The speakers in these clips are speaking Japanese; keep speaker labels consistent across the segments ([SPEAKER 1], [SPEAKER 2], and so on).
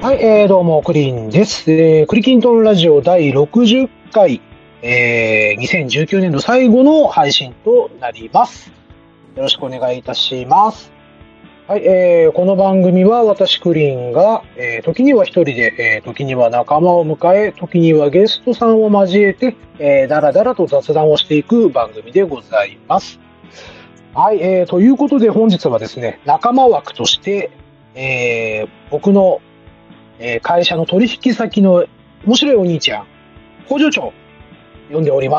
[SPEAKER 1] はい、どうも、クリンです。クリキントンラジオ第60回、2019年度最後の配信となります。よろしくお願いいたします。はい、この番組は私クリンが、時には一人で、時には仲間を迎え、時にはゲストさんを交えて、だらだらと雑談をしていく番組でございます。はい、ということで本日はですね、仲間枠として、僕の会社の取引先の面白いお兄ちゃん、工場長、呼んでおります。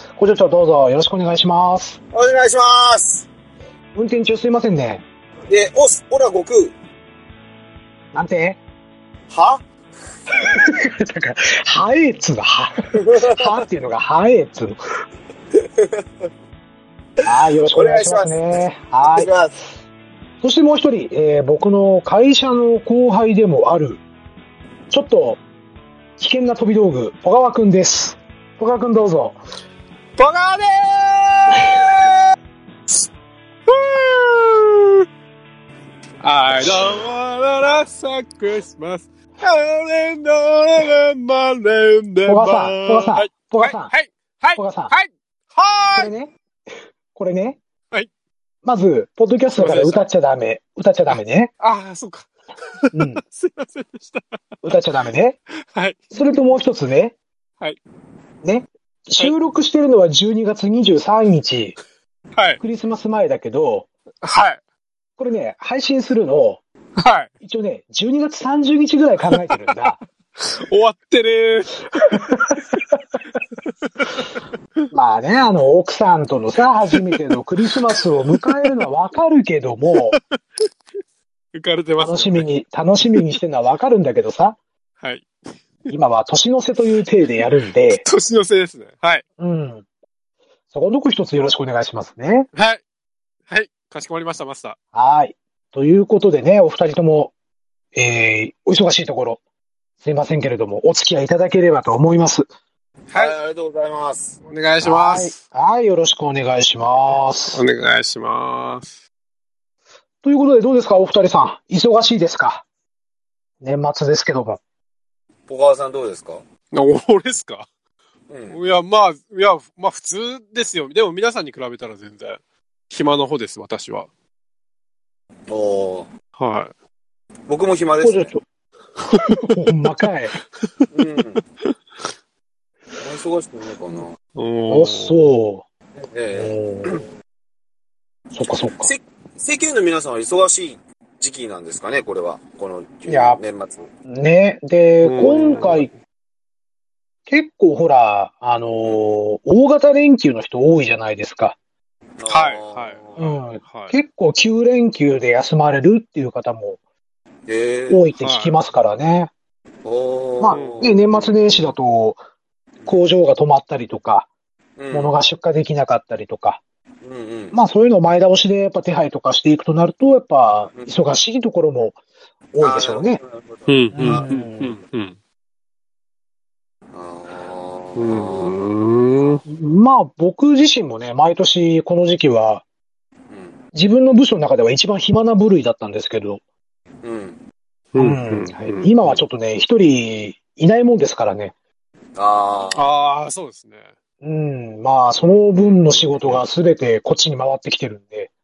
[SPEAKER 1] 工場長どうぞよろしくお願いします。
[SPEAKER 2] お願いします。
[SPEAKER 1] 運転中すいませんね。
[SPEAKER 2] オラ悟空。
[SPEAKER 1] なんて
[SPEAKER 2] は
[SPEAKER 1] だから、はえっつうの、はっていうのがはえっつうの。はい、よろしくお願いしますね。はい。そしてもう一人、僕の会社の後輩でもある、ちょっと危険な飛び道具、小川くんです。小川くんどうぞ。
[SPEAKER 2] 小川でーす。I don't wanna Christmas.
[SPEAKER 1] 小川さん、小川さん、
[SPEAKER 2] はい、
[SPEAKER 1] 小川さん、
[SPEAKER 2] はい、
[SPEAKER 1] これね。
[SPEAKER 2] はい。
[SPEAKER 1] まず、ポッドキャストだから歌っちゃダメね。
[SPEAKER 2] そうか。
[SPEAKER 1] うん。
[SPEAKER 2] すいませんでした。
[SPEAKER 1] 歌っちゃダメね。
[SPEAKER 2] はい。
[SPEAKER 1] それともう一つね。
[SPEAKER 2] はい。
[SPEAKER 1] ね。収録してるのは12月23日。
[SPEAKER 2] はい。
[SPEAKER 1] クリスマス前だけど。
[SPEAKER 2] はい。
[SPEAKER 1] これね、配信するの。
[SPEAKER 2] はい。
[SPEAKER 1] 一応ね、12月30日ぐらい考えてるんだ。
[SPEAKER 2] 終わってる
[SPEAKER 1] まあね、奥さんとのさ、初めてのクリスマスを迎えるのはわかるけども。
[SPEAKER 2] 浮かれてます
[SPEAKER 1] ね。楽しみにしてるのはわかるんだけどさ。
[SPEAKER 2] はい。
[SPEAKER 1] 今は年の瀬という体でやるんで。
[SPEAKER 2] 年の瀬ですね。はい。
[SPEAKER 1] うん。そこのとこ一つよろしくお願いしますね。
[SPEAKER 2] はい。はい。かしこまりました、マスター。
[SPEAKER 1] はい。ということでね、お二人とも、お忙しいところ、すいませんけれども、お付き合いいただければと思います。
[SPEAKER 2] はい。ありがとうございます。お願いします。
[SPEAKER 1] はい、よろしくお願いします。
[SPEAKER 2] お願いします。
[SPEAKER 1] ということでどうですか、お二人さん。忙しいですか？年末ですけども。
[SPEAKER 2] 小川さんどうですか？俺ですか？うん。いや、まあ普通ですよ。でも皆さんに比べたら全然暇の方です、私は。はい。僕も暇ですね。
[SPEAKER 1] ほんまかい。
[SPEAKER 2] うん。忙しくないかな。
[SPEAKER 1] そう。そっか。
[SPEAKER 2] 世間の皆さんは忙しい時期なんですかね、これは。この年末。
[SPEAKER 1] ね。で、今回、結構ほら、大型連休の人多いじゃないですか。
[SPEAKER 2] はい。
[SPEAKER 1] 結構9連休で休まれるっていう方も多いって聞きますからね。まあ、年末年始だと工場が止まったりとか、物が出荷できなかったりとか、まあそういうのを前倒しでやっぱ手配とかしていくとなると、やっぱ忙しいところも多いでしょうね。まあ僕自身もね、毎年この時期は、自分の部署の中では一番暇な部類だったんですけど、今はちょっとね、一人いないもんですからね。そうですね。まあその分の仕事が全てこっちに回ってきてるんで。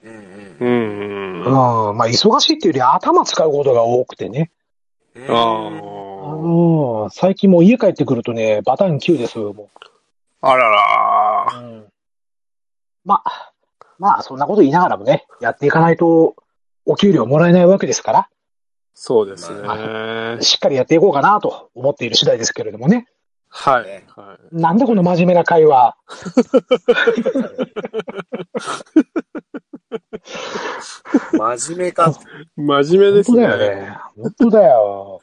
[SPEAKER 1] まあ忙しいっていうより頭使うことが多くてね。最近もう家帰ってくるとね、バターン9ですよ、もう。あららまあ、そんなこと言いながらもね、やっていかないと、お給料もらえないわけですから。そうですね。しっかりやっていこうかなと思っている次第ですけれどもね。はい。なんでこの真面目な会話。真面目か。真面目ですね。本当だよね。本当だよ。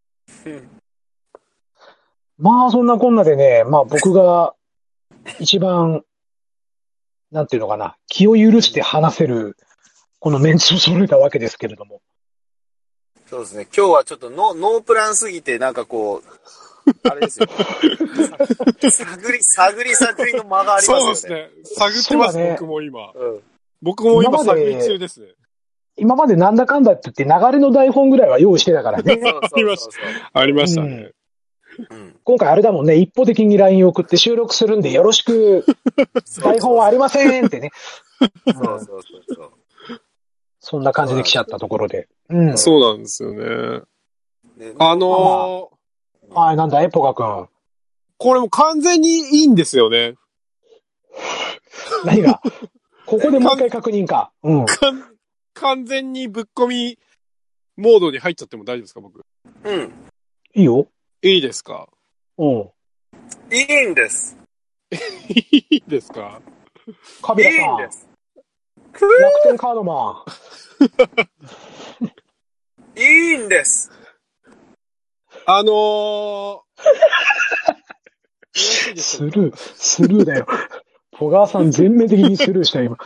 [SPEAKER 1] まあそんなこんなでね、まあ僕が一番、なんていうのかな、気を許して話せる、このメンツを揃えたわけですけれども。
[SPEAKER 2] そうですね。今日はちょっとノープランすぎて、なんかこう、あれですよ。探りの間がありますよね。そうですね。探ってます、ね、僕も今。僕も今探り中ですね。
[SPEAKER 1] 今までなんだかんだって言って流れの台本ぐらいは用意してたからね。
[SPEAKER 2] ありましたね。
[SPEAKER 1] 今回あれだもんね、一方的に LINE 送って収録するんでよろしく、台本はありませんってね。
[SPEAKER 3] そう。
[SPEAKER 1] そんな感じで来ちゃったところで。
[SPEAKER 2] そうなんですよね。
[SPEAKER 1] はい、なんだ、ポカ君。
[SPEAKER 2] これも完全にいいんですよね。
[SPEAKER 1] 何がここでもう一回確認か。
[SPEAKER 2] 完全にぶっ込みモードに入っちゃっても大丈夫ですか、僕。
[SPEAKER 1] いいよ。
[SPEAKER 2] いいですか。
[SPEAKER 3] いいんです。
[SPEAKER 2] いいですか。
[SPEAKER 1] カビラさん。
[SPEAKER 3] いいんです。
[SPEAKER 1] 楽天カードマ
[SPEAKER 3] ン。いいんです。
[SPEAKER 1] スルーだよ。ポガーさん全面的にスルーした今。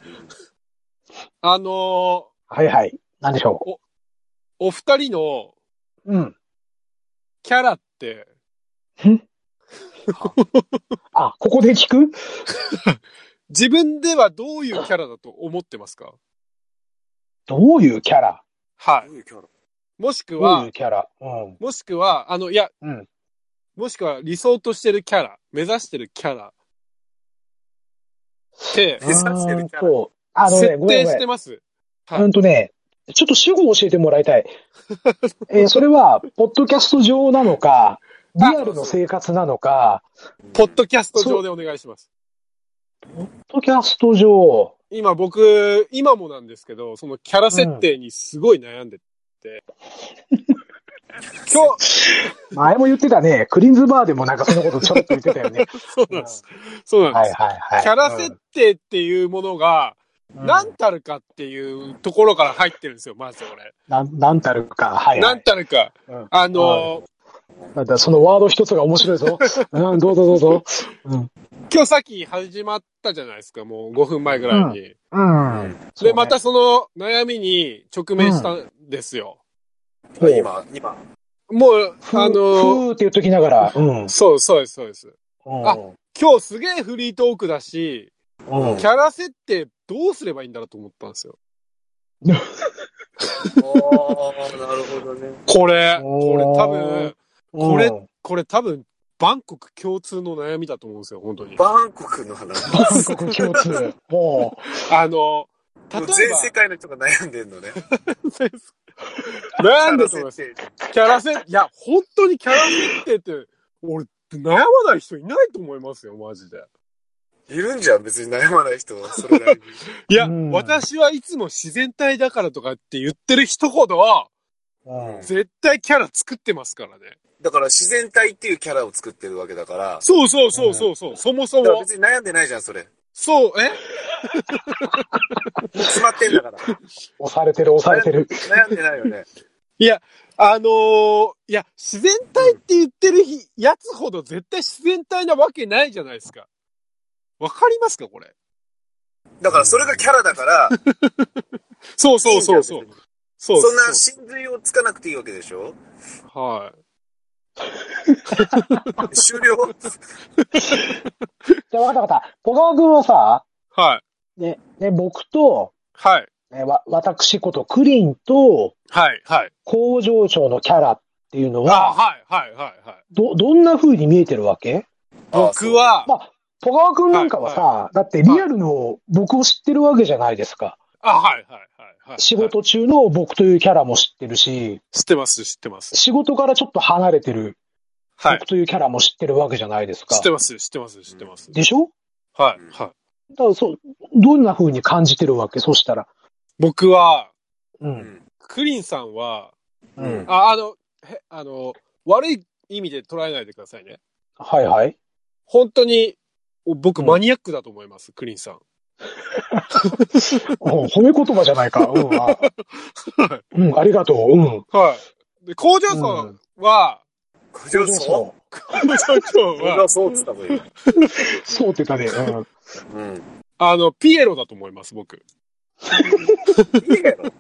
[SPEAKER 2] はい
[SPEAKER 1] はい。何でしょ
[SPEAKER 2] う。お二人の、キャラって、
[SPEAKER 1] ここで聞く
[SPEAKER 2] 自分ではどういうキャラだと思ってますか？
[SPEAKER 1] どういうキャラ？
[SPEAKER 2] はい。もしくは、
[SPEAKER 1] どういうキャラ？
[SPEAKER 2] もしくは、もしくは理想としてるキャラ、目指してるキャラって、
[SPEAKER 3] 目指してるキャ
[SPEAKER 2] ラ。設定してます。
[SPEAKER 1] ちょっと主語を教えてもらいたい。それは、ポッドキャスト上なのか、リアルの生活なのか、
[SPEAKER 2] ポッドキャスト上でお願いします。
[SPEAKER 1] ポッドキャスト上。
[SPEAKER 2] 今もなんですけど、そのキャラ設定にすごい悩んでて。
[SPEAKER 1] 前も言ってたね。クリーンズバーでもなんかそのことちょろっと言ってたよね。
[SPEAKER 2] そうなんです。そうなんです。
[SPEAKER 1] はい。
[SPEAKER 2] キャラ設定っていうものが、何たるかっていうところから入ってるんですよ、まず俺。
[SPEAKER 1] 何たるか。はい。
[SPEAKER 2] 何たるか。
[SPEAKER 1] そのワード一つが面白いぞ。どうぞ。
[SPEAKER 2] 今日さっき始まったじゃないですか、もう5分前ぐらいに。で、またその悩みに直面したんですよ。
[SPEAKER 3] 今。
[SPEAKER 2] もう、
[SPEAKER 1] ふーって言っときながら。
[SPEAKER 2] そうです。今日すげえフリートークだし、キャラ設定どうすればいいんだろうと思ったんですよ。
[SPEAKER 3] なるほどね。
[SPEAKER 2] これ多分、バンコク共通の悩みだと思うんですよ、本当に。
[SPEAKER 3] バンコクの話。
[SPEAKER 1] バンコク共通。例え
[SPEAKER 3] ば。全世界の人が悩んでんのね。
[SPEAKER 2] 悩んでると思います。キャラ設定、いや、本当にキャラ設定って、俺、悩まない人いないと思いますよ、マジで。
[SPEAKER 3] いるんじゃん、別に悩まない人は、それなりに。
[SPEAKER 2] いや、私はいつも自然体だからとかって言ってる人ほどは、絶対キャラ作ってますからね。
[SPEAKER 3] だから自然体っていうキャラを作ってるわけだから。
[SPEAKER 2] そう。そもそも。
[SPEAKER 3] だから別に悩んでないじゃん、それ。
[SPEAKER 2] そう、
[SPEAKER 3] 詰まってんだから。
[SPEAKER 1] 押されてる。
[SPEAKER 3] 悩んでないよね。
[SPEAKER 2] いや、自然体って言ってるやつほど絶対自然体なわけないじゃないですか。わかりますか、これ。
[SPEAKER 3] だからそれがキャラだから。
[SPEAKER 2] そう。そん
[SPEAKER 3] な真髄をつかなくていいわけでしょ？
[SPEAKER 2] はい。
[SPEAKER 3] 終了？
[SPEAKER 1] じゃあ分かった。小川君はさ、
[SPEAKER 2] はい。
[SPEAKER 1] ね、僕と、
[SPEAKER 2] はい。
[SPEAKER 1] 私ことクリンと、
[SPEAKER 2] はい。
[SPEAKER 1] 工場長のキャラっていうのは、
[SPEAKER 2] はい。
[SPEAKER 1] どんな風に見えてるわけ？
[SPEAKER 2] 僕は、
[SPEAKER 1] 小川君なんかはさ、だってリアルの僕を知ってるわけじゃないですか。
[SPEAKER 2] はい。
[SPEAKER 1] 仕事中の僕というキャラも知ってるし。
[SPEAKER 2] 知ってます。
[SPEAKER 1] 仕事からちょっと離れてる僕というキャラも知ってるわけじゃないですか。
[SPEAKER 2] 知ってます。
[SPEAKER 1] でしょ？
[SPEAKER 2] はい。
[SPEAKER 1] だからどんな風に感じてるわけ？そしたら。
[SPEAKER 2] 僕は、クリンさんは、悪い意味で捉えないでくださいね。
[SPEAKER 1] はい。
[SPEAKER 2] 本当に、僕マニアックだと思います、クリンさん。
[SPEAKER 1] 褒め言葉じゃないか。ありがとう。
[SPEAKER 2] はい。で、工場長は、
[SPEAKER 3] 工場長そうって言った方がいい。
[SPEAKER 1] そうって言ったね。
[SPEAKER 2] ピエロだと思います、僕。
[SPEAKER 3] ピエロ？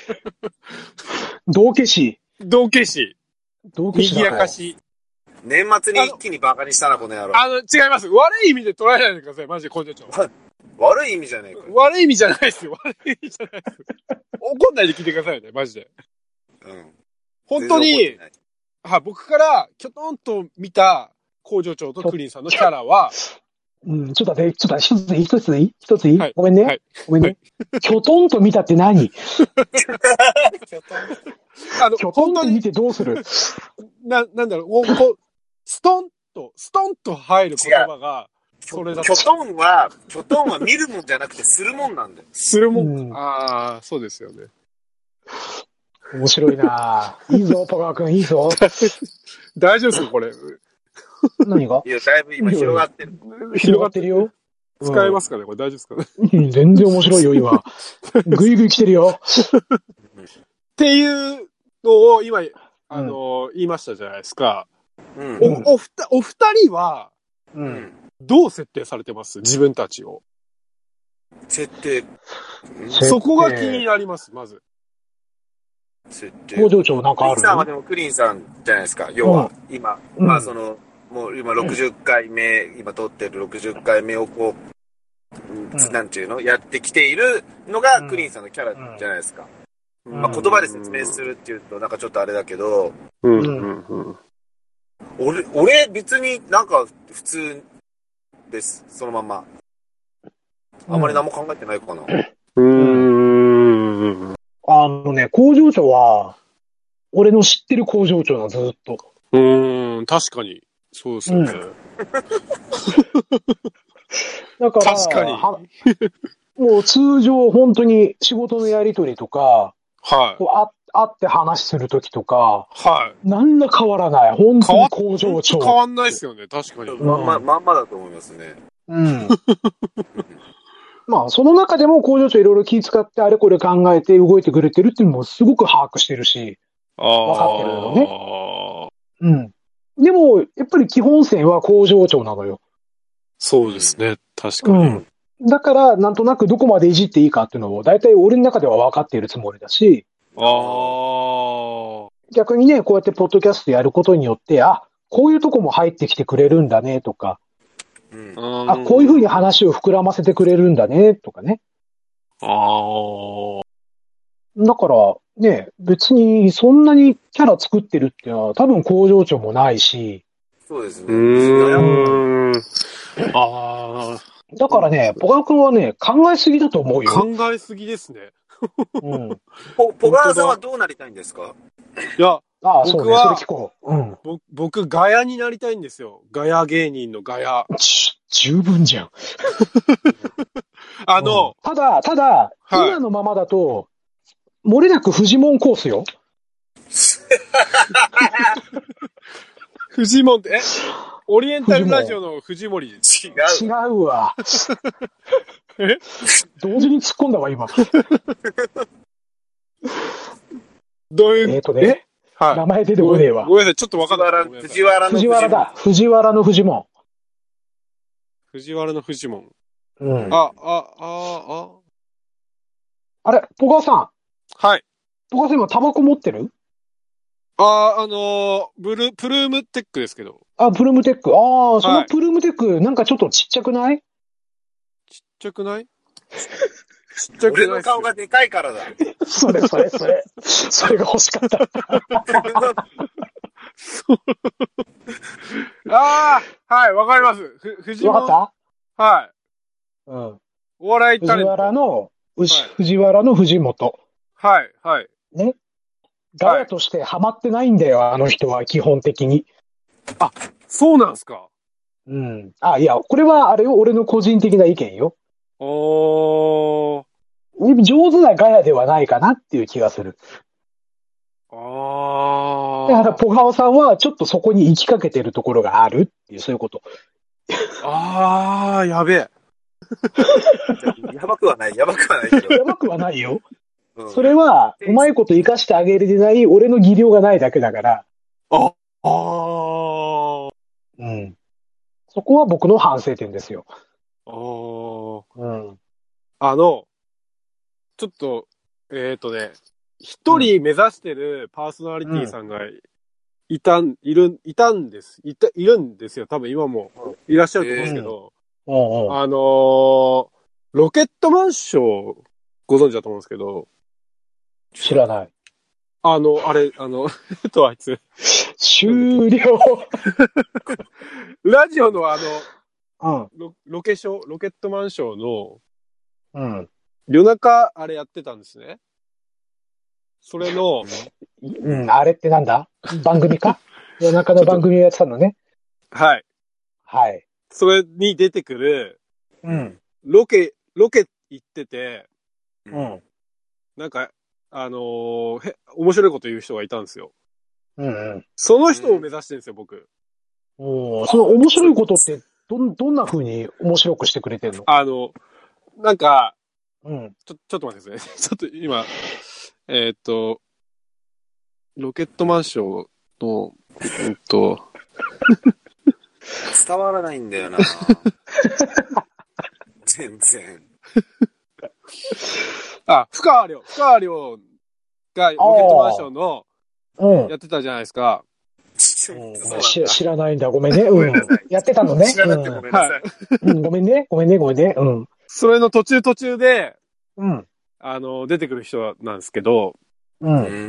[SPEAKER 1] 道化師。
[SPEAKER 2] 賑やかし。
[SPEAKER 3] 年末に一気にバカにしたな、この野郎。
[SPEAKER 2] 違います。悪い意味で捉えないでください、マジで工場長。
[SPEAKER 3] 悪い意味じゃないか。
[SPEAKER 2] 悪い意味じゃないですよ。悪い意味じゃないです。怒んないで聞いてくださいね、マジで。
[SPEAKER 3] うん。
[SPEAKER 2] 本当に、僕からきょとんと見た工場長とクリンさんのキャラは、
[SPEAKER 1] うん、ちょっと待って、一ついい、
[SPEAKER 2] はい、
[SPEAKER 1] ごめんね。
[SPEAKER 2] はい、
[SPEAKER 1] ごめんね。きょとんと見たって何？きょとんと見てどうする？
[SPEAKER 2] なんだろう、ストンと入る言葉が、それだと。
[SPEAKER 3] キョトンは見るもんじゃなくてするもんなんだよ。
[SPEAKER 2] するもん。ああ、そうですよね。
[SPEAKER 1] 面白いなぁ。いいぞ、ポガー君、いいぞ。
[SPEAKER 2] 大丈夫ですか、これ。
[SPEAKER 1] 何が？
[SPEAKER 3] いや、だいぶ今広がってる。
[SPEAKER 1] 広がってるよ。
[SPEAKER 2] 使えますかね、これ大丈夫ですかね。
[SPEAKER 1] 全然面白いよ、今。ぐいぐい来てるよ。
[SPEAKER 2] っていうのを今、言いましたじゃないですか。お二人は、どう設定されてます？自分たちを。
[SPEAKER 3] 設定。
[SPEAKER 2] そこが気になります、まず。
[SPEAKER 1] 工場長なんかある？
[SPEAKER 3] クリンさんはでもクリンさんじゃないですか。要は、今、まあもう今60回目、今撮ってる60回目をこう、なんていうのやってきているのがクリンさんのキャラじゃないですか。まあ言葉で説明するっていうとなんかちょっとあれだけど、俺別になんか普通です。そのまま。あんまり何も考えてないかな。
[SPEAKER 1] 工場長は、俺の知ってる工場長な、ずっと。
[SPEAKER 2] 確かに。そうですよね。
[SPEAKER 1] だから、
[SPEAKER 2] 確かに。
[SPEAKER 1] もう通常本当に仕事のやりとりとか、
[SPEAKER 2] はい。
[SPEAKER 1] 会って話するときとか、
[SPEAKER 2] はい。
[SPEAKER 1] 何ら変わらない。本当に工場長。
[SPEAKER 2] 変わんないですよね、確かに。
[SPEAKER 3] まんまだと思いますね。
[SPEAKER 1] まあ、その中でも工場長いろいろ気遣ってあれこれ考えて動いてくれてるっていうのもすごく把握してるし、分かってるのね。でも、やっぱり基本線は工場長なのよ。
[SPEAKER 2] そうですね、確かに。
[SPEAKER 1] だから、なんとなくどこまでいじっていいかっていうのを、大体俺の中では分かっているつもりだし、逆にね、こうやってポッドキャストやることによって、こういうとこも入ってきてくれるんだね、とか、こういうふうに話を膨らませてくれるんだね、とかね。だから、ね、別にそんなにキャラ作ってるっていうのは多分工場長もないし。
[SPEAKER 3] そうですね。
[SPEAKER 1] だからね、ポガ君はね、考えすぎだと思うよ。
[SPEAKER 2] 考えすぎですね。
[SPEAKER 3] ポガさんはどうなりたいんですか？
[SPEAKER 2] いや、
[SPEAKER 1] 僕は、それ聞こう。
[SPEAKER 2] 僕、ガヤになりたいんですよ。ガヤ芸人のガヤ。
[SPEAKER 1] 十分じゃん。ただ、今のままだと、漏れなくフジモンコースよ。
[SPEAKER 2] フジモンって、オリエンタルラジオの藤森です。
[SPEAKER 1] 違うわ。同時に突っ込んだわ、今。
[SPEAKER 2] どういう、
[SPEAKER 1] 名前出てこねえわ。
[SPEAKER 2] ごめんなさい、ちょっとわかんない。
[SPEAKER 3] 藤原だ。
[SPEAKER 1] 藤原のフジモン。
[SPEAKER 2] 藤原のフジモン。
[SPEAKER 1] あれ、ポガさん。
[SPEAKER 2] はい。
[SPEAKER 1] ポガさん今タバコ持ってる？
[SPEAKER 2] プルームテックですけど。
[SPEAKER 1] プルームテック。そのプルームテック、なんかちょっとちっちゃくない？
[SPEAKER 2] ちっちゃくない？
[SPEAKER 3] 俺の顔がでかいからだ。
[SPEAKER 1] それが欲しかった。
[SPEAKER 2] はい、わかります。藤
[SPEAKER 1] 原。わかった？
[SPEAKER 2] はい。お笑いタレント。
[SPEAKER 1] 藤原の藤本。
[SPEAKER 2] はい。
[SPEAKER 1] ね。ガヤとしてハマってないんだよ、あの人は基本的に。
[SPEAKER 2] そうなんすか？
[SPEAKER 1] いや、これはあれよ、俺の個人的な意見よ。上手なガヤではないかなっていう気がする。だからポガオさんはちょっとそこに行きかけてるところがあるっていう、そういうこと。
[SPEAKER 2] やべえ。
[SPEAKER 3] やばくはないけど。
[SPEAKER 1] やばくはないよ。それは、うまいこと活かしてあげれてない俺の技量がないだけだから。そこは僕の反省点ですよ。
[SPEAKER 2] ちょっと、一人目指してるパーソナリティさんがいるんですよ。多分今もいらっしゃると思うんですけど、 ロケットマンションご存知だと思うんですけど。
[SPEAKER 1] 知らない。
[SPEAKER 2] あいつ。
[SPEAKER 1] 終了。
[SPEAKER 2] ラジオの
[SPEAKER 1] うん。
[SPEAKER 2] ロケットマンションの、
[SPEAKER 1] うん。
[SPEAKER 2] 夜中、あれやってたんですね。それの、
[SPEAKER 1] うん、あれってなんだ？番組か？夜中の番組をやってたのね。
[SPEAKER 2] はい。
[SPEAKER 1] はい。
[SPEAKER 2] それに出てくる、
[SPEAKER 1] うん。
[SPEAKER 2] ロケ行ってて、
[SPEAKER 1] うん。
[SPEAKER 2] なんか、面白いこと言う人がいたんですよ。
[SPEAKER 1] うんうん。
[SPEAKER 2] その人を目指してるんですよ、僕。
[SPEAKER 1] その面白いことって、どんな風に面白くしてくれてんの？
[SPEAKER 2] なんか、
[SPEAKER 1] うん。
[SPEAKER 2] ちょっと待ってくださいね。ちょっと今、ロケットマンションの、
[SPEAKER 3] 伝わらないんだよな全然。
[SPEAKER 2] 深川亮がロケットマンションの、やってたじゃないですか。
[SPEAKER 1] 知らないんだ。ごめんね。うん。やってたのね。
[SPEAKER 3] 知らなくてごめんなさい。
[SPEAKER 1] ごめんね。うん。
[SPEAKER 2] それの途中で、
[SPEAKER 1] うん。
[SPEAKER 2] 出てくる人なんですけど、
[SPEAKER 1] うん。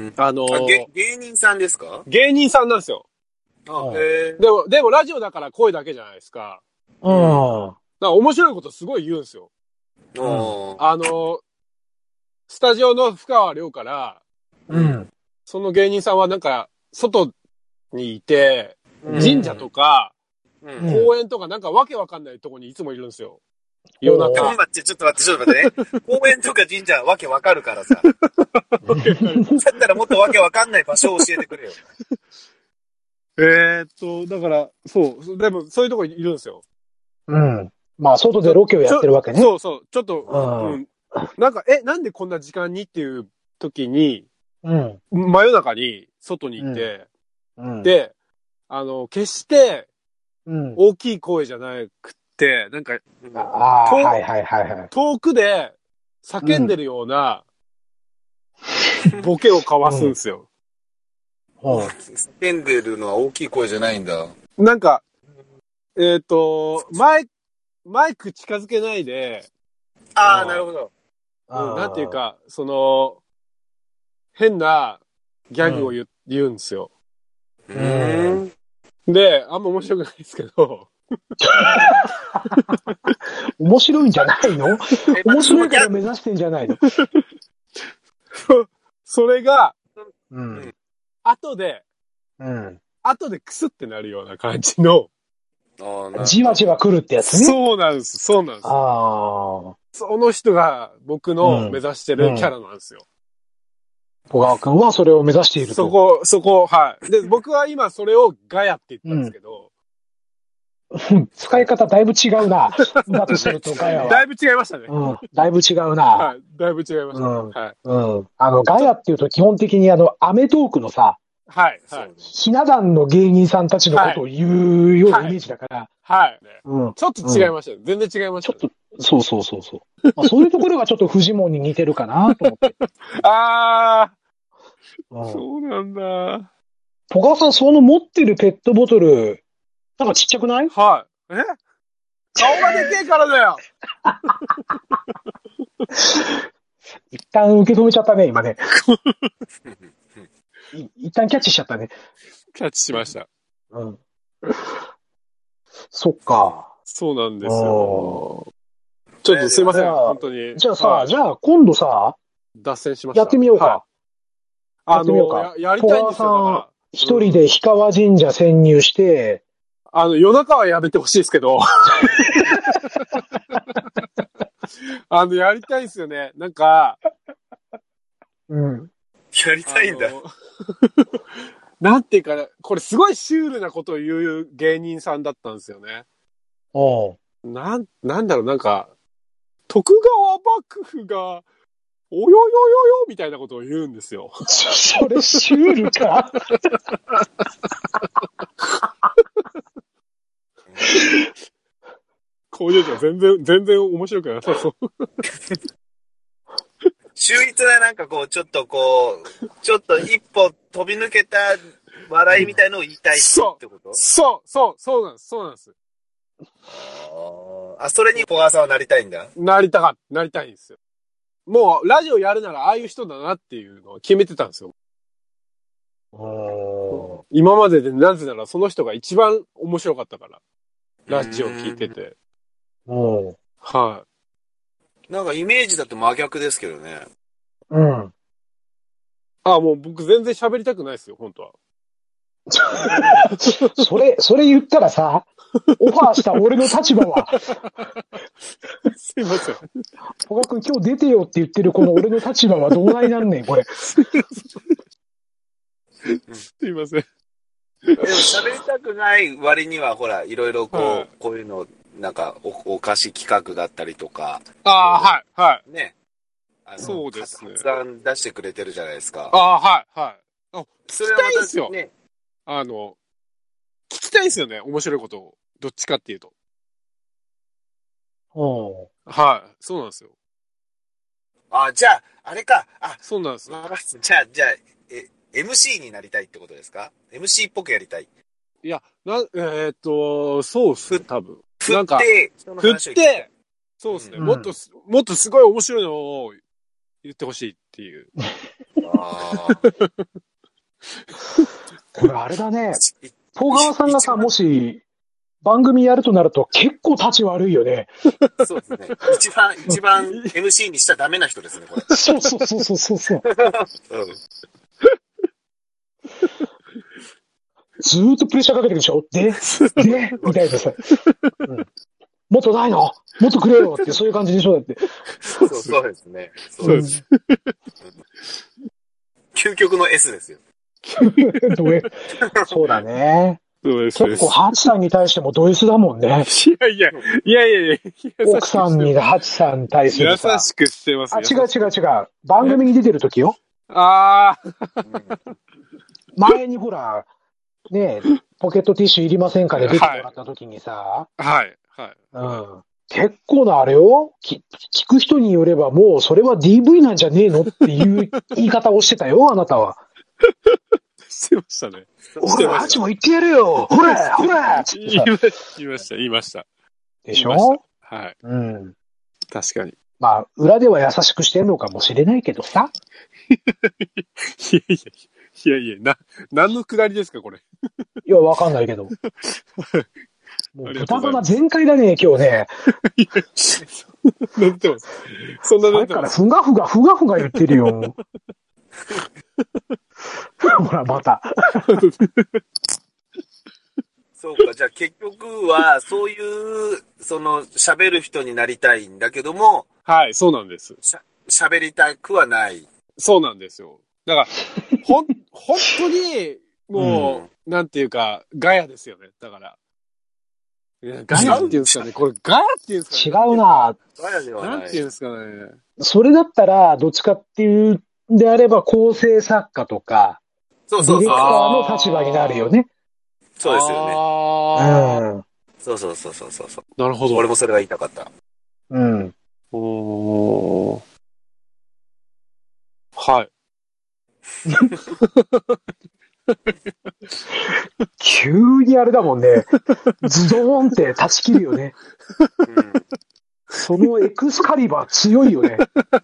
[SPEAKER 3] 芸人さんですか？
[SPEAKER 2] 芸人さんなんですよ。でもラジオだから声だけじゃないですか。だから面白いことすごい言うんですよ。スタジオの深川亮から、その芸人さんはなんか、外にいて、神社とか、公園とかなんかわけわかんないとこにいつもいるんですよ。夜中。
[SPEAKER 3] ちょっと待ってね。公園とか神社わけわかるからさ。だったらもっとわけわかんない場所を教えてくれよ。
[SPEAKER 2] だから、そう、でもそういうとこいるんですよ。
[SPEAKER 1] うん。まあ、外でロケをやってるわけね。
[SPEAKER 2] そう、ちょっと、なんか、なんでこんな時間にっていう時に、真夜中に外に行って、で、決して、大きい声じゃなくて、なんか、遠くで叫んでるような、ボケを交わすんですよ。
[SPEAKER 3] 叫んでるのは大きい声じゃないんだ。
[SPEAKER 2] なんか、マイク近づけないで、
[SPEAKER 3] なるほど。
[SPEAKER 2] なんていうか、変なギャグを言うんですよ。で、あんま面白くないですけど。
[SPEAKER 1] 面白いんじゃないの？面白いから目指してんじゃないの？
[SPEAKER 2] それが、後でクスってなるような感じの、
[SPEAKER 1] じわじわ来るってやつね。
[SPEAKER 2] そうなんです。その人が僕の目指してるキャラなんですよ。
[SPEAKER 1] 小川くんはそれを目指していると。
[SPEAKER 2] そこ、はい。で、僕は今それをガヤって言ったんですけど。
[SPEAKER 1] 使い方だいぶ違うな。だとするとガヤは。
[SPEAKER 2] だいぶ違いましたね。
[SPEAKER 1] だいぶ違うな。
[SPEAKER 2] はい。だいぶ違いました。はい。
[SPEAKER 1] ガヤっていうと基本的にアメトーークのさ、
[SPEAKER 2] はい。
[SPEAKER 1] ひな壇の芸人さんたちのことを言うようなイメージだから。
[SPEAKER 2] はい。ちょっと違いましたよ。全然違いました。
[SPEAKER 1] ちょっと、そう。そういうところがちょっとフジモンに似てるかなと思って。
[SPEAKER 2] そうなんだ。
[SPEAKER 1] 小川さん、その持ってるペットボトル、なんかちっちゃくない？
[SPEAKER 2] はい。顔がでけえからだよ。
[SPEAKER 1] 一旦受け止めちゃったね、今ね。一旦キャッチしちゃったね。
[SPEAKER 2] キャッチしました。
[SPEAKER 1] そっか。
[SPEAKER 2] そうなんですよ。ちょっとすいません、本当に。
[SPEAKER 1] じゃあ今度さ、
[SPEAKER 2] 脱線しました。
[SPEAKER 1] やってみようか。やってみようか。
[SPEAKER 2] やりたいんですよ。
[SPEAKER 1] 一人で氷川神社潜入して、
[SPEAKER 2] 夜中はやめてほしいですけど。やりたいんですよね。なんか、
[SPEAKER 3] やりたいんだ。
[SPEAKER 2] なんていうか、これすごいシュールなことを言う芸人さんだったんですよね。なんだろう、なんか、徳川幕府が、およよよよみたいなことを言うんですよ。
[SPEAKER 1] それシュールか
[SPEAKER 2] こういうの全然面白くなさそう。
[SPEAKER 3] 秀逸ななんかちょっと一歩飛び抜けた笑いみたいのを言いたいってこと？
[SPEAKER 2] そうなんです。
[SPEAKER 3] それに小川さんはなりたいんだ。
[SPEAKER 2] なりたいんですよ。もう、ラジオやるならああいう人だなっていうのを決めてたんですよ。今まででなぜならその人が一番面白かったから。ラジオ聞いてて。はい。
[SPEAKER 3] なんかイメージだと真逆ですけどね。
[SPEAKER 1] うん。
[SPEAKER 2] もう僕全然喋りたくないですよ、本当は。
[SPEAKER 1] それ言ったらさ、オファーした俺の立場は。
[SPEAKER 2] すいません。
[SPEAKER 1] 小川くん今日出てよって言ってるこの俺の立場はどうなりなんねん、これ。
[SPEAKER 2] すいません。
[SPEAKER 3] でも喋りたくない割には、ほら、いろいろこういうの、なんかお菓子企画だったりとか。
[SPEAKER 2] はい。
[SPEAKER 3] ね。
[SPEAKER 2] そうですね。
[SPEAKER 3] 発案出してくれてるじゃないですか。
[SPEAKER 2] はい。
[SPEAKER 3] それはまた
[SPEAKER 2] ですよ。ね。聞きたいですよね。面白いことを。どっちかっていうと。はい。そうなんですよ。
[SPEAKER 3] じゃあ、あれか。
[SPEAKER 2] そうなんですよ。
[SPEAKER 3] じゃあ、MC になりたいってことですか？ MC っぽくやりたい。
[SPEAKER 2] いや、そうっすね、多分。
[SPEAKER 3] 振って、
[SPEAKER 2] そうっすね、もっとすごい面白いのを言ってほしいっていう。
[SPEAKER 1] これあれだね。東川さんがさ、もし、番組やるとなると結構立ち悪いよね。
[SPEAKER 3] そうですね。一番 MC にしちゃダメな人ですね、これ。
[SPEAKER 1] そう。ずーっとプレッシャーかけてるでしょでみたいなさ。もっとないのもっとくれよって、そういう感じでしょだって。
[SPEAKER 3] そうですね。そうです。究極の S ですよ。
[SPEAKER 1] そうだね。
[SPEAKER 2] 結
[SPEAKER 1] 構、ハチさんに対してもド S だもんね。
[SPEAKER 2] いや。
[SPEAKER 1] 奥さんにハチさんに対するさ。
[SPEAKER 2] 優しくしてます。
[SPEAKER 1] 違う。番組に出てる時よ。前にほら、ねえ、ポケットティッシュいりませんかで出てもらった時にさ。
[SPEAKER 2] はい。
[SPEAKER 1] 結構なあれよ。聞く人によればもうそれは DV なんじゃねえのっていう言い方をしてたよ、あなたは。
[SPEAKER 2] してましたね。
[SPEAKER 1] ほら、ハチも言ってやるよほら
[SPEAKER 2] 言いました。
[SPEAKER 1] でしょ？
[SPEAKER 2] はい。確かに。
[SPEAKER 1] まあ、裏では優しくしてんのかもしれないけどさ。
[SPEAKER 2] いや、何のくだりですか、これ。
[SPEAKER 1] いや、わかんないけど。もう豚バラ全開だね、今日ね。
[SPEAKER 2] 乗ってます。そんな
[SPEAKER 1] 乗ってます。さっきからふがふが言ってるよ。ほら、また。
[SPEAKER 3] そうか、じゃあ結局は、そういう、喋る人になりたいんだけども。
[SPEAKER 2] はい、そうなんです。
[SPEAKER 3] 喋りたくはない。
[SPEAKER 2] そうなんですよ。だから、本当に、もう、なんていうか、ガヤですよね。だから。ガヤっていうんですかね。これガヤっていうんですかね。
[SPEAKER 1] 違うな。
[SPEAKER 3] ガヤではない。
[SPEAKER 2] なんていうんですかね。
[SPEAKER 1] それだったら、どっちかっていうであれば、構成作家とか、ディレクターの立場になるよね。
[SPEAKER 3] そうですよね。そう。
[SPEAKER 2] なるほど。
[SPEAKER 3] 俺もそれが言いたかった。
[SPEAKER 2] はい。
[SPEAKER 1] 急にあれだもんね。ズドーンって断ち切るよね。そのエクスカリバー強いよね。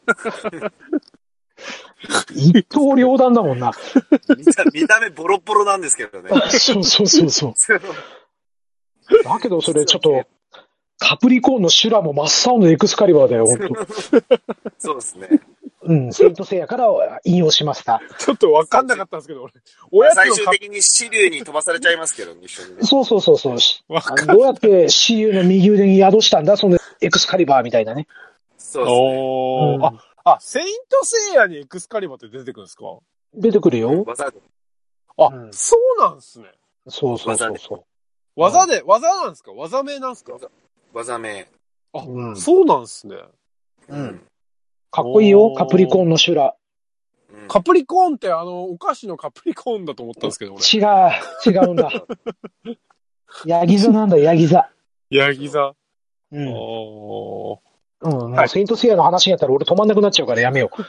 [SPEAKER 1] 一刀両断だもんな。
[SPEAKER 3] 見た目ボロボロなんですけどね。
[SPEAKER 1] そう。だけどそれちょっと、カプリコーンのシュラも真っ青のエクスカリバーだよ、本当。
[SPEAKER 3] そうですね。
[SPEAKER 1] セイントセイヤから引用しました。
[SPEAKER 2] ちょっとわかんなかったんですけど、俺。
[SPEAKER 3] 最終的にシリュウに飛ばされちゃいますけど、一緒にね。
[SPEAKER 1] そう。どうやってシリュウの右腕に宿したんだ、そのエクスカリバーみたいなね。
[SPEAKER 3] そうですね。
[SPEAKER 2] セイントセイヤにエクスカリバーって出てくるんですか？
[SPEAKER 1] 出てくるよ。
[SPEAKER 2] そうなんですね。
[SPEAKER 1] そう。
[SPEAKER 2] 技なんですか？技名なんですか？
[SPEAKER 3] 技名。
[SPEAKER 2] そうなんですね。
[SPEAKER 1] かっこいいよ、カプリコーンのシュラ。
[SPEAKER 2] カプリコーンってお菓子のカプリコーンだと思ったんですけど、俺。
[SPEAKER 1] 違うんだ。ヤギ座なんだ、ヤギ座。
[SPEAKER 2] ヤギ座。
[SPEAKER 1] もうセイントセイヤの話やったら俺止まんなくなっちゃうからやめよう。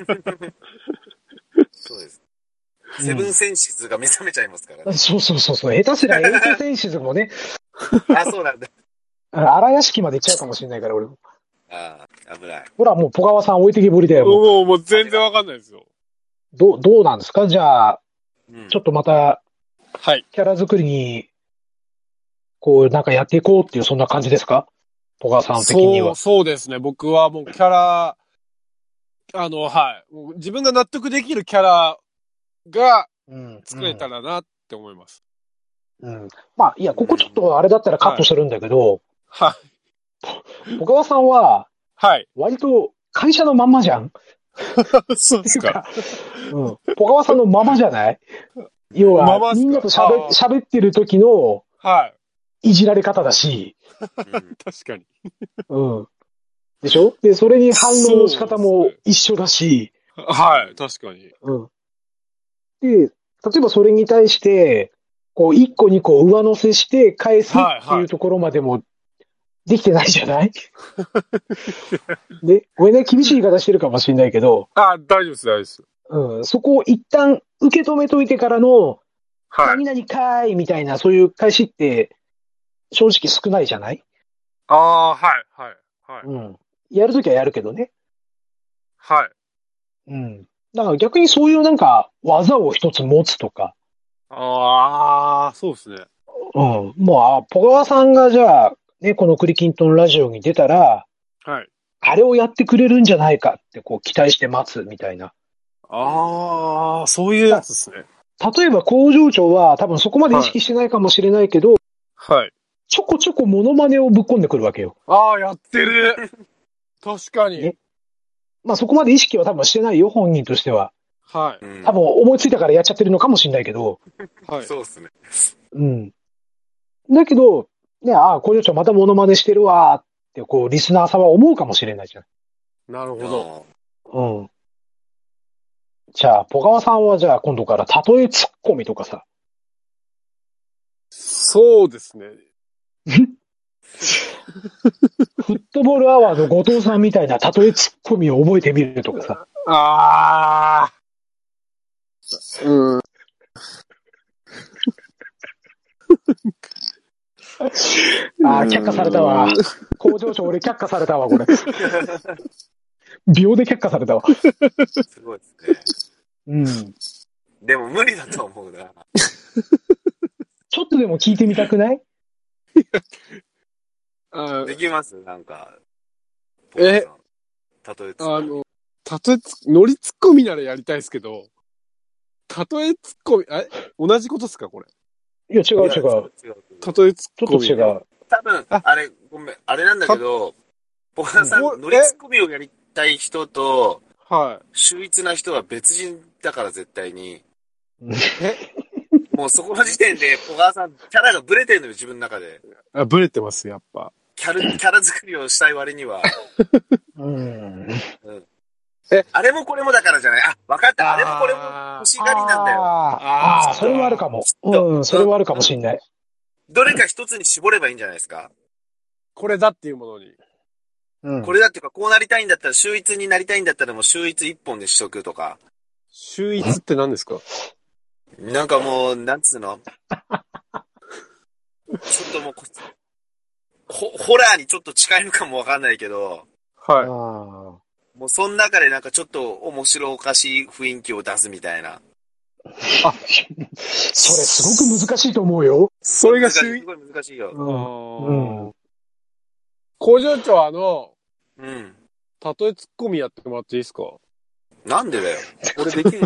[SPEAKER 3] そうです。セブンセンシズが目覚めちゃいますからね。
[SPEAKER 1] そう。下手すりゃエイトセンシズもね。
[SPEAKER 3] そうなんだ。
[SPEAKER 1] 荒屋敷まで行っちゃうかもしれないから、俺も。
[SPEAKER 3] ああ、危ない。
[SPEAKER 1] ほら、もう、ポガワさん置いてきぼりだよ。
[SPEAKER 2] もう全然わかんないですよ。
[SPEAKER 1] どうなんですか？じゃあ、ちょっとまた、
[SPEAKER 2] はい。
[SPEAKER 1] キャラ作りに、こう、なんかやっていこうっていう、そんな感じですか？ポガワさん的には。
[SPEAKER 2] そうですね。僕はもうキャラ、はい。もう自分が納得できるキャラが作れたらなって思います。
[SPEAKER 1] まあ、いや、ここちょっとあれだったらカットするんだけど、
[SPEAKER 2] はい。
[SPEAKER 1] ポガワさんは、
[SPEAKER 2] はい。
[SPEAKER 1] 割と会社のまんまじゃん。
[SPEAKER 2] そうですか。
[SPEAKER 1] ポガワさんのままじゃない？要は、みんなと喋ってる時の、
[SPEAKER 2] はい。
[SPEAKER 1] いじられ方だし。
[SPEAKER 2] 確かに。
[SPEAKER 1] でしょ？で、それに反応の仕方も一緒だし。
[SPEAKER 2] はい、確かに。
[SPEAKER 1] で、例えばそれに対して、こう、1個2個上乗せして返すっていうところまでもできてないじゃない？で、ごめんね、厳しい言い方してるかもしれないけど。
[SPEAKER 2] 大丈夫です、大丈夫です。
[SPEAKER 1] そこを一旦受け止めといてからの、何々かーいみたいな、そういう返しって、正直少ないじゃない？
[SPEAKER 2] はい。
[SPEAKER 1] やるときはやるけどね。
[SPEAKER 2] はい。
[SPEAKER 1] だから逆にそういうなんか、技を一つ持つとか。
[SPEAKER 2] そうですね。
[SPEAKER 1] もう、ポガワさんがじゃあ、ね、このクリキントンラジオに出たら、
[SPEAKER 2] はい。
[SPEAKER 1] あれをやってくれるんじゃないかってこう期待して待つみたいな。
[SPEAKER 2] そういうやつですね。
[SPEAKER 1] 例えば工場長は多分そこまで意識してないかもしれないけど、
[SPEAKER 2] はい。
[SPEAKER 1] ちょこちょこモノマネをぶっ込んでくるわけよ。
[SPEAKER 2] やってる。確かに。ね、
[SPEAKER 1] まあそこまで意識は多分してないよ、本人としては。
[SPEAKER 2] はい。
[SPEAKER 1] 多分思いついたからやっちゃってるのかもしれないけど。
[SPEAKER 3] はい。そうですね。
[SPEAKER 1] だけど、ね、工場長またモノマネしてるわーって、こう、リスナーさんは思うかもしれないじゃん。
[SPEAKER 2] なるほど。
[SPEAKER 1] じゃあ、ポガワさんはじゃあ今度から例えツッコミとかさ。
[SPEAKER 2] そうですね。
[SPEAKER 1] フットボールアワーの後藤さんみたいな例えツッコミを覚えてみるとかさ。却下されたわ。工場長俺却下されたわ、これ。秒で却下されたわ。
[SPEAKER 3] すごいですね。でも無理だと思うな。
[SPEAKER 1] ちょっとでも聞いてみたくない？
[SPEAKER 3] できますなんか。
[SPEAKER 2] 例えノリツッコミならやりたいですけど、例えツッコミ、同じことですかこれ。
[SPEAKER 1] いや、違う。例えツッコミ。ちょっと違う。
[SPEAKER 3] 多分、ごめん、あれなんだけど、ポカさん、ノリツッコミをやりたい人と、秀逸な人は別人だから絶対に。もうそこの時点で、ポカさん、キャラがブレてるのよ、自分の中で。
[SPEAKER 2] ブレてます、やっぱ。
[SPEAKER 3] キャラ作りをしたい割には。あれもこれもだからじゃない。わかった。あれもこれも欲しがりなんだよ。
[SPEAKER 1] それはあるかも。それはあるかもしんない。
[SPEAKER 3] どれか一つに絞ればいいんじゃないですか。
[SPEAKER 2] これだっていうものに。
[SPEAKER 3] これだっていうか、こうなりたいんだったら、秀逸になりたいんだったらもう秀逸一本でしとくとか。
[SPEAKER 2] 秀逸って何ですか？
[SPEAKER 3] なんかもう、なんつうのちょっともうホラーにちょっと近いのかもわかんないけど。もうその中でなんかちょっと面白おかしい雰囲気を出すみたいな。
[SPEAKER 1] それすごく難しいと思うよ。
[SPEAKER 2] それがす
[SPEAKER 3] ごい難しいよ。
[SPEAKER 2] 工場長例えツッコミやってもらっていいですか？
[SPEAKER 3] なんでだよ。俺できんの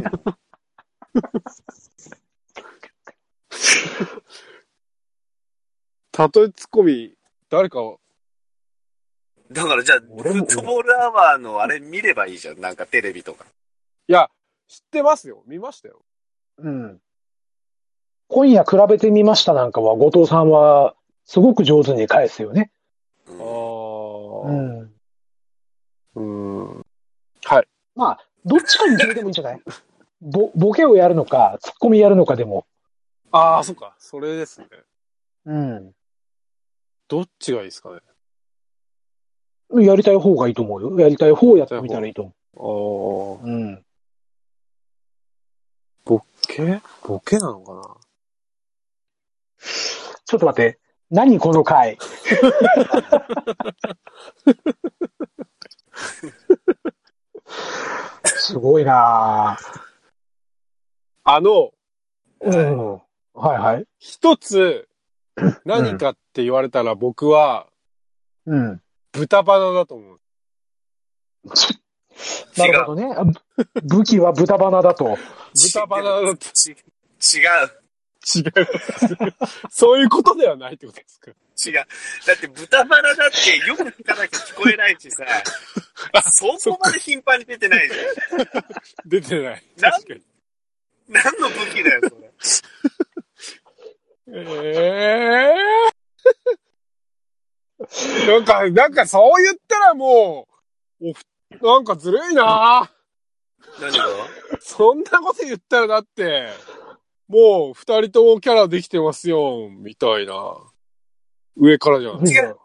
[SPEAKER 2] 例えツッコミ、誰か。
[SPEAKER 3] だからじゃあ、フットボールアワーのあれ見ればいいじゃん。なんかテレビとか。
[SPEAKER 2] いや、知ってますよ。見ましたよ。
[SPEAKER 1] 今夜比べてみましたなんかは、後藤さんは、すごく上手に返すよね。
[SPEAKER 2] はい。
[SPEAKER 1] まあ、どっちかに決めてもいいんじゃない？ボケをやるのか、ツッコミやるのかでも。
[SPEAKER 2] そっか。それですね。どっちがいいですかね。
[SPEAKER 1] やりたい方がいいと思うよ。やりたい方をやってみたらいいと思う。
[SPEAKER 2] ボケなのかな？
[SPEAKER 1] ちょっと待って。何この回。 すごいなぁ。うん。はいはい。
[SPEAKER 2] 一つ、何かって言われたら僕は、
[SPEAKER 1] うん。
[SPEAKER 2] 豚バナだと思う。
[SPEAKER 1] なるほどね。武器は豚バナだと。
[SPEAKER 2] 豚バナだと。
[SPEAKER 3] 違う。
[SPEAKER 2] 違う。そういうことではないってことですか？
[SPEAKER 3] 違う。だって豚バナだってよく聞かなきゃ聞こえないしさ、そこまで頻繁に出てないじゃん。
[SPEAKER 2] 出てない。確かに。
[SPEAKER 3] 何の武器だよ、そ
[SPEAKER 2] れ。なんかそう言ったらもう、なんかずるいなぁ。
[SPEAKER 3] 何が？そ
[SPEAKER 2] んなこと言ったらだって、もう二人ともキャラできてますよ、みたいな。上からじゃん。
[SPEAKER 3] 違う。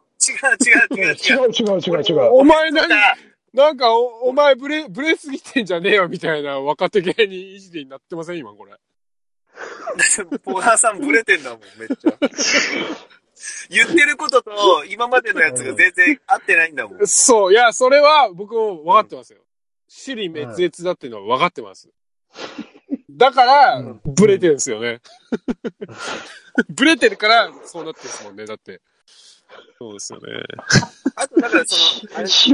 [SPEAKER 2] お前なんかお前ブレすぎてんじゃねえよ、みたいな若手芸人いじりになってません今これ。
[SPEAKER 3] ポガーさんブレてんだもん、めっちゃ。言ってることと今までのやつが全然合ってないんだもん。
[SPEAKER 2] そう、いや、それは僕も分かってますよ。支離滅裂だっていうのは分かってます。だから、ブレてるんですよね。ブレてるから、そうなってるんですもんね、だって。そうですよね。
[SPEAKER 3] あと、だから修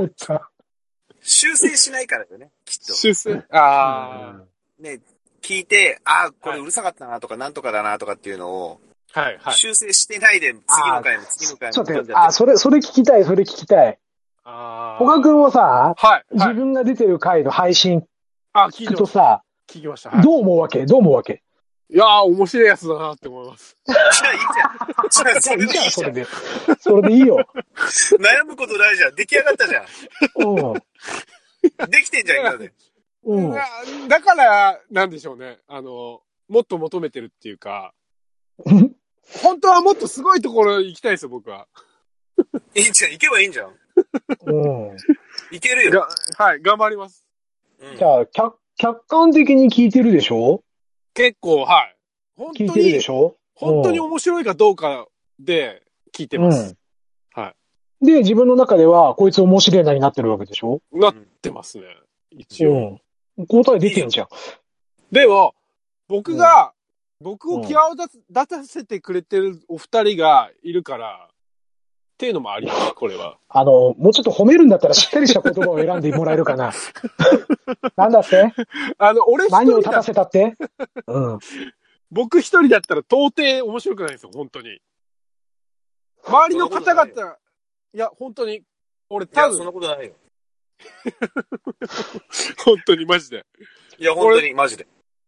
[SPEAKER 3] 正しないからよね、きっと。
[SPEAKER 2] 修正
[SPEAKER 3] ね、聞いて、これうるさかったなとか、なんとかだなとかっていうのを、
[SPEAKER 2] はいはい。
[SPEAKER 3] 修正してないで、次の回も。
[SPEAKER 1] ちょっと待って、それ聞きたい。小川くんはさ、自分が出てる回の配信聞くとさ、
[SPEAKER 2] 聞きました。
[SPEAKER 1] どう思うわけ？
[SPEAKER 2] いやー、面白いやつだなって思います。
[SPEAKER 3] じゃあいいじゃん。
[SPEAKER 1] それでいいよ。
[SPEAKER 3] 悩むことないじゃん。出来上がったじゃん。できてんじゃん、今で。
[SPEAKER 2] だから、なんでしょうね。もっと求めてるっていうか、本当はもっとすごいところ行きたいですよ、僕は。
[SPEAKER 3] いいじゃん、行けばいいんじゃん。行けるよ。
[SPEAKER 2] はい、頑張ります。
[SPEAKER 1] じゃあ、客観的に聞いてるでしょ？
[SPEAKER 2] 結構、はい。
[SPEAKER 1] 聞いてるでしょ？
[SPEAKER 2] 本当に面白いかどうかで聞いてます。はい。
[SPEAKER 1] で、自分の中では、こいつ面白いなになってるわけでしょ？
[SPEAKER 2] なってますね。一応。
[SPEAKER 1] 答え出てんじゃん。
[SPEAKER 2] でも、僕を際立たせてくれてるお二人がいるから、っていうのもあります、これは。
[SPEAKER 1] もうちょっと褒めるんだったらしっかりした言葉を選んでもらえるかな。なんだって何を立たせたって？
[SPEAKER 2] 僕一人だったら到底面白くないですよ、本当に。周りの方々、いや、本当に、俺多分。
[SPEAKER 3] そんなことないよ。
[SPEAKER 2] 本当に、マジで。
[SPEAKER 3] いや、本当に、マジで。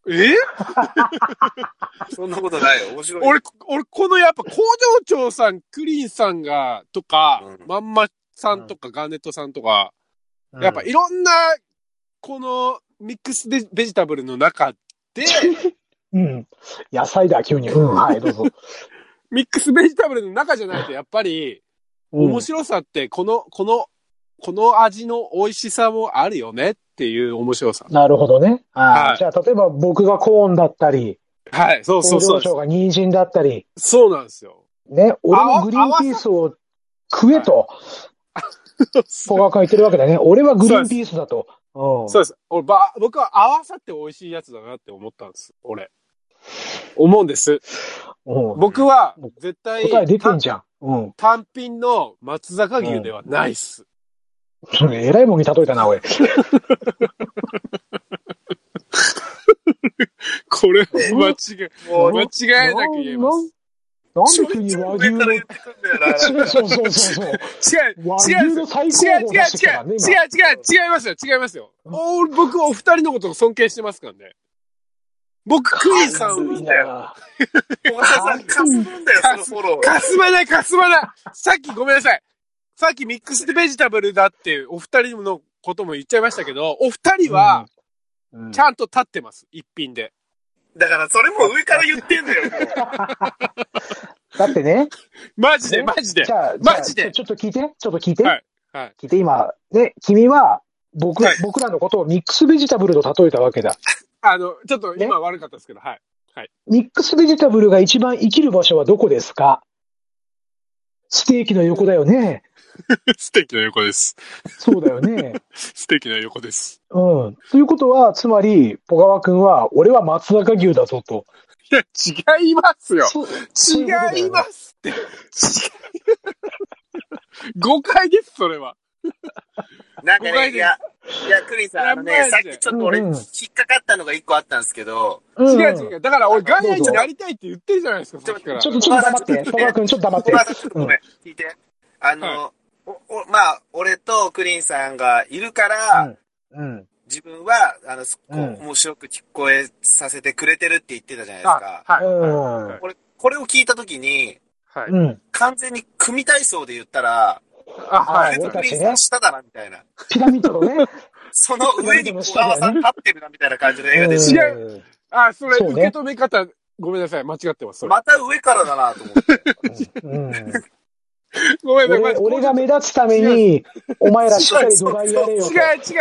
[SPEAKER 3] そんなことないよ。面白い。
[SPEAKER 2] 俺、このやっぱ工場長さん、クリーンさんが、とか、まんまさんとか、ガーネットさんとか、やっぱいろんな、このミックスベジタブルの中で、
[SPEAKER 1] 野菜だ、急に。はい、どうぞ。
[SPEAKER 2] ミックスベジタブルの中じゃないと、やっぱり、面白さって、この味の美味しさもあるよねっていう面白さ。
[SPEAKER 1] なるほどね。じゃあ、例えば僕がコーンだったり、
[SPEAKER 2] はい、そう。
[SPEAKER 1] 工場長が人参だったり。
[SPEAKER 2] そうなんですよ。
[SPEAKER 1] ね、俺のグリーンピースを食えと。ポガ書いてるわけだね。俺はグリーンピースだと。
[SPEAKER 2] そうです。僕は合わさって美味しいやつだなって思ったんです。思うんです。僕は絶対
[SPEAKER 1] 答え出てんじゃん。
[SPEAKER 2] 単品の松坂牛ではないっす。
[SPEAKER 1] それ偉いもんに例えたな、おい。
[SPEAKER 2] これ間違いなく言えます。
[SPEAKER 1] なんで急に和牛の、そう。違うの最高峰出してきたからね、
[SPEAKER 2] 違いますよ。僕お二人のことを尊敬してますからね。僕、クイーンさんを。
[SPEAKER 3] だよ。小笠さん、かすむんだよ、そのフォロー。
[SPEAKER 2] かすまない。さっきごめんなさい。さっきミックスベジタブルだっていうお二人のことも言っちゃいましたけど、お二人は、ちゃんと立ってます。一品で。
[SPEAKER 3] だからそれも上から言ってんだよ。
[SPEAKER 1] だってね。
[SPEAKER 2] マジで。
[SPEAKER 1] じゃあ、マジで。ちょっと聞いて。
[SPEAKER 2] はい。
[SPEAKER 1] 聞いて、今、ね、君は、僕らのことをミックスベジタブルと例えたわけだ。
[SPEAKER 2] ちょっと今悪かったですけど、はい。
[SPEAKER 1] ミックスベジタブルが一番生きる場所はどこですか？ ステーキの横だよね。
[SPEAKER 2] ステーキの横です。
[SPEAKER 1] そうだよね。
[SPEAKER 2] ステーキの横です。
[SPEAKER 1] うん。ということは、つまり、小川くんは、俺は松阪牛だぞと。
[SPEAKER 2] いや、違いますよ。違い
[SPEAKER 1] そういうことだよね
[SPEAKER 2] ますって。誤解です、それは。
[SPEAKER 3] なんかね、いや、クリンさん、さっきちょっと俺、引っかかったのが一個あったんですけど。
[SPEAKER 2] 違う。だから俺、ガイアになりたいって言ってるじゃないですか、さっきから。
[SPEAKER 1] ちょっと黙って。小川くん、ちょっと黙って。
[SPEAKER 3] ごめん、聞いて。まあ、俺とクリンさんがいるから、自分は、面白く聞こえさせてくれてるって言ってたじゃないですか。
[SPEAKER 2] はい。
[SPEAKER 3] これを聞いたときに、完全に組体操で言ったら、クリンさん下だな、みたいな。
[SPEAKER 1] ピラミッドのね。
[SPEAKER 3] その上に小川さん立ってるな、みたいな感じの映画で
[SPEAKER 2] 違う。それ、受け止め方、ごめんなさい、間違ってます。
[SPEAKER 3] また上からだな、と思って。
[SPEAKER 2] ごめんなさい。
[SPEAKER 1] 俺が目立つために、お前らしっかり土台やれよ。
[SPEAKER 2] 違う。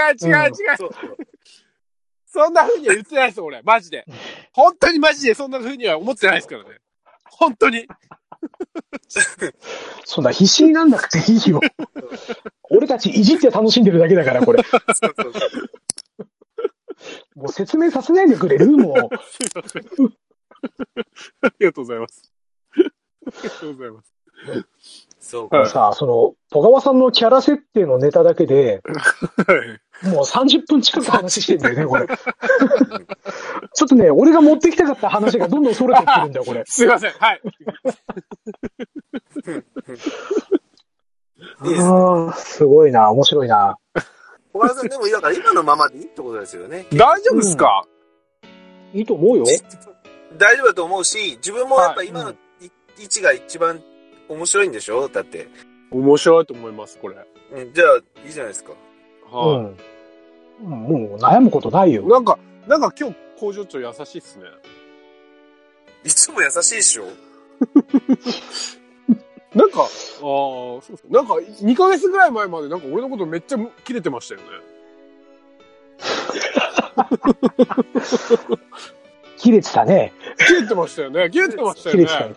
[SPEAKER 2] そんな風には言ってないです、俺。マジで。本当にマジでそんな風には思ってないですからね。本当に。
[SPEAKER 1] そんな必死になんなくていいよ。俺たちいじって楽しんでるだけだから、これ。もう説明させないでくれる？もう。
[SPEAKER 2] ありがとうございます。
[SPEAKER 3] そうか。
[SPEAKER 1] さあ、戸川さんのキャラ設定のネタだけで、もう30分近く話してんだよね、これ。ちょっとね、俺が持ってきたかった話がどんどん逸れてってるんだよ、これ。
[SPEAKER 2] すいません、はい。
[SPEAKER 1] すごいな、面白いな。
[SPEAKER 3] 小川さん、でも今のままでいいってことですよね。
[SPEAKER 2] 大丈夫ですか？
[SPEAKER 1] いいと思うよ。
[SPEAKER 3] 大丈夫だと思うし、自分もやっぱ今の位置が一番面白いんでしょ？だって。
[SPEAKER 2] 面白いと思います、これ。
[SPEAKER 3] じゃあ、いいじゃないですか。
[SPEAKER 1] もう悩むことないよ。
[SPEAKER 2] なんか今日工場長優しいっすね。
[SPEAKER 3] いつも優しいでしょ？
[SPEAKER 2] なんか、そうですね。なんか、2ヶ月ぐらい前までなんか俺のことめっちゃキレてましたよね。
[SPEAKER 1] キレてたね。
[SPEAKER 2] キレてましたよね。
[SPEAKER 1] キレてたね。
[SPEAKER 2] キレてま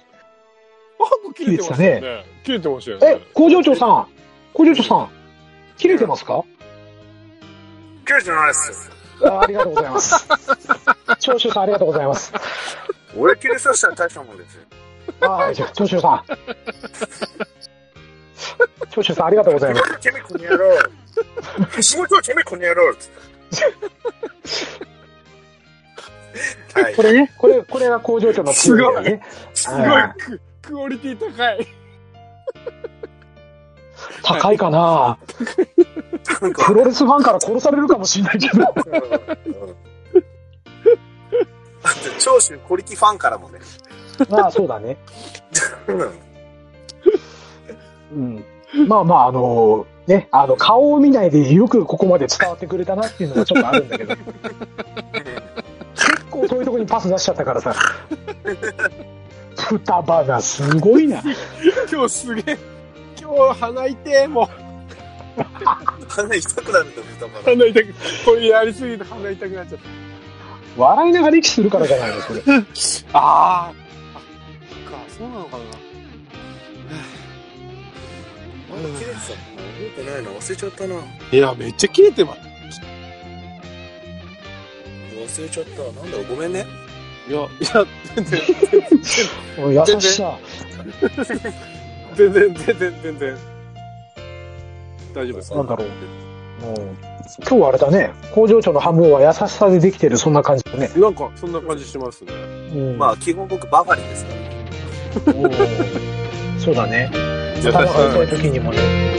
[SPEAKER 2] したよね。
[SPEAKER 1] 工場長さん、キレてますか？
[SPEAKER 3] キレてないっす。
[SPEAKER 1] ありがとうございます。長州さんありがとうございます。
[SPEAKER 3] 俺キレさせたら大したもんですよ。
[SPEAKER 1] じゃあ長州さん。長州さんありがとうございます。
[SPEAKER 3] てめえこの野郎。仕事はてめえこの野郎。
[SPEAKER 1] これね、これが工場長の
[SPEAKER 2] すごいね。すごいクオリティ高い。
[SPEAKER 1] 高いかな？プロレスファンから殺されるかもしれないけど。
[SPEAKER 3] 長州小力ファンからもね。
[SPEAKER 1] まあそうだね。まあね、顔を見ないでよくここまで伝わってくれたなっていうのがちょっとあるんだけど。結構遠いところにパス出しちゃったからさ。双葉がすごいな。
[SPEAKER 2] 今日すげえ。今日鼻痛いもう。
[SPEAKER 3] 鼻痛くなるんだ、双葉。
[SPEAKER 2] 鼻痛く。これやりすぎて鼻痛くなっちゃった。
[SPEAKER 1] 笑いながら息するからじゃないの、それ。
[SPEAKER 2] そうなのかな。
[SPEAKER 3] まだ切れてたの覚えてないな、忘れちゃったな。
[SPEAKER 2] いや、めっちゃ切れてます。
[SPEAKER 3] 忘れちゃった。なんだろう、ごめんね。
[SPEAKER 2] いや、全然。
[SPEAKER 1] 優しさ。
[SPEAKER 2] 全然。大丈夫です。
[SPEAKER 1] なんだろう。今日はあれだね。工場長の半分は優しさでできてる、そんな感じだね。
[SPEAKER 2] なんか、そんな感じしますね。
[SPEAKER 3] まあ、基本僕、バファリンですから。
[SPEAKER 1] そうだね。頭が痛い時にもね。